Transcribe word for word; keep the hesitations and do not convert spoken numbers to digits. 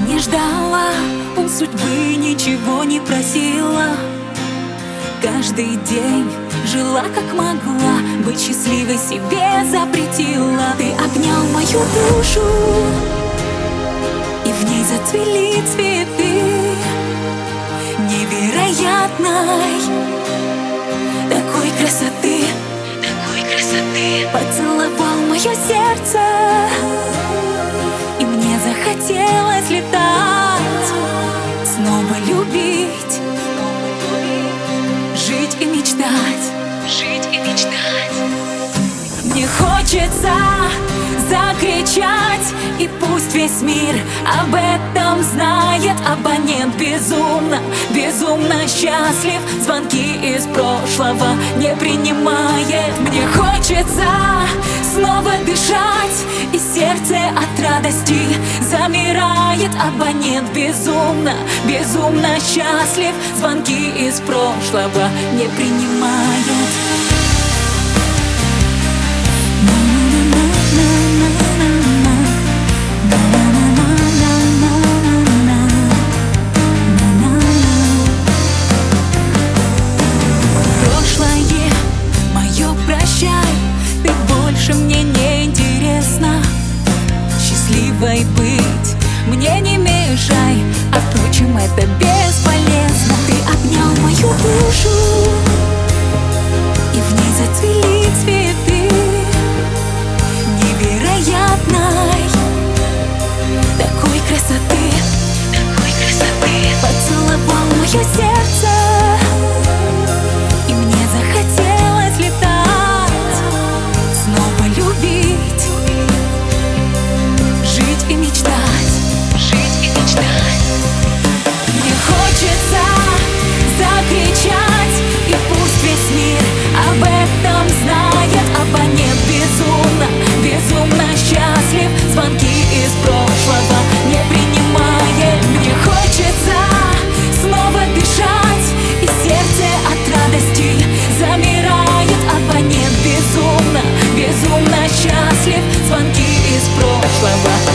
Не ждала у судьбы, ничего не просила. Каждый день жила как могла, быть счастливой себе запретила. Ты обнял мою душу, и в ней зацвели цветы невероятной такой красоты, такой красоты. Поцеловал мое сердце, и мне захотелось летать, снова любить, жить и мечтать, жить и мечтать. Мне хочется закричать, и пусть весь мир об этом знает. Абонент безумно, безумно счастлив, звонки из прошлого не принимает. Мне хочется снова дышать, и сердце от радости замирает. Абонент безумно, безумно счастлив, звонки из прошлого не принимает. Ты больше мне не интересна, счастливой быть мне не мешай, а впрочем это бесполезно. Ты обнял мою душу, и в ней зацвели цветы невероятной такой красоты, такой красоты. Поцеловал мое сердце, и мне захотелось летать, снова любить, жить и мечтать, жить и мечтать. Мне хочется закричать, и пусть весь мир об этом знает. Абонент безумно, безумно счастлив, звонки из прошлого не принимает. Мне хочется снова дышать, и сердце от радости замирает. Абонент безумно, безумно счастлив, звонки из прошлого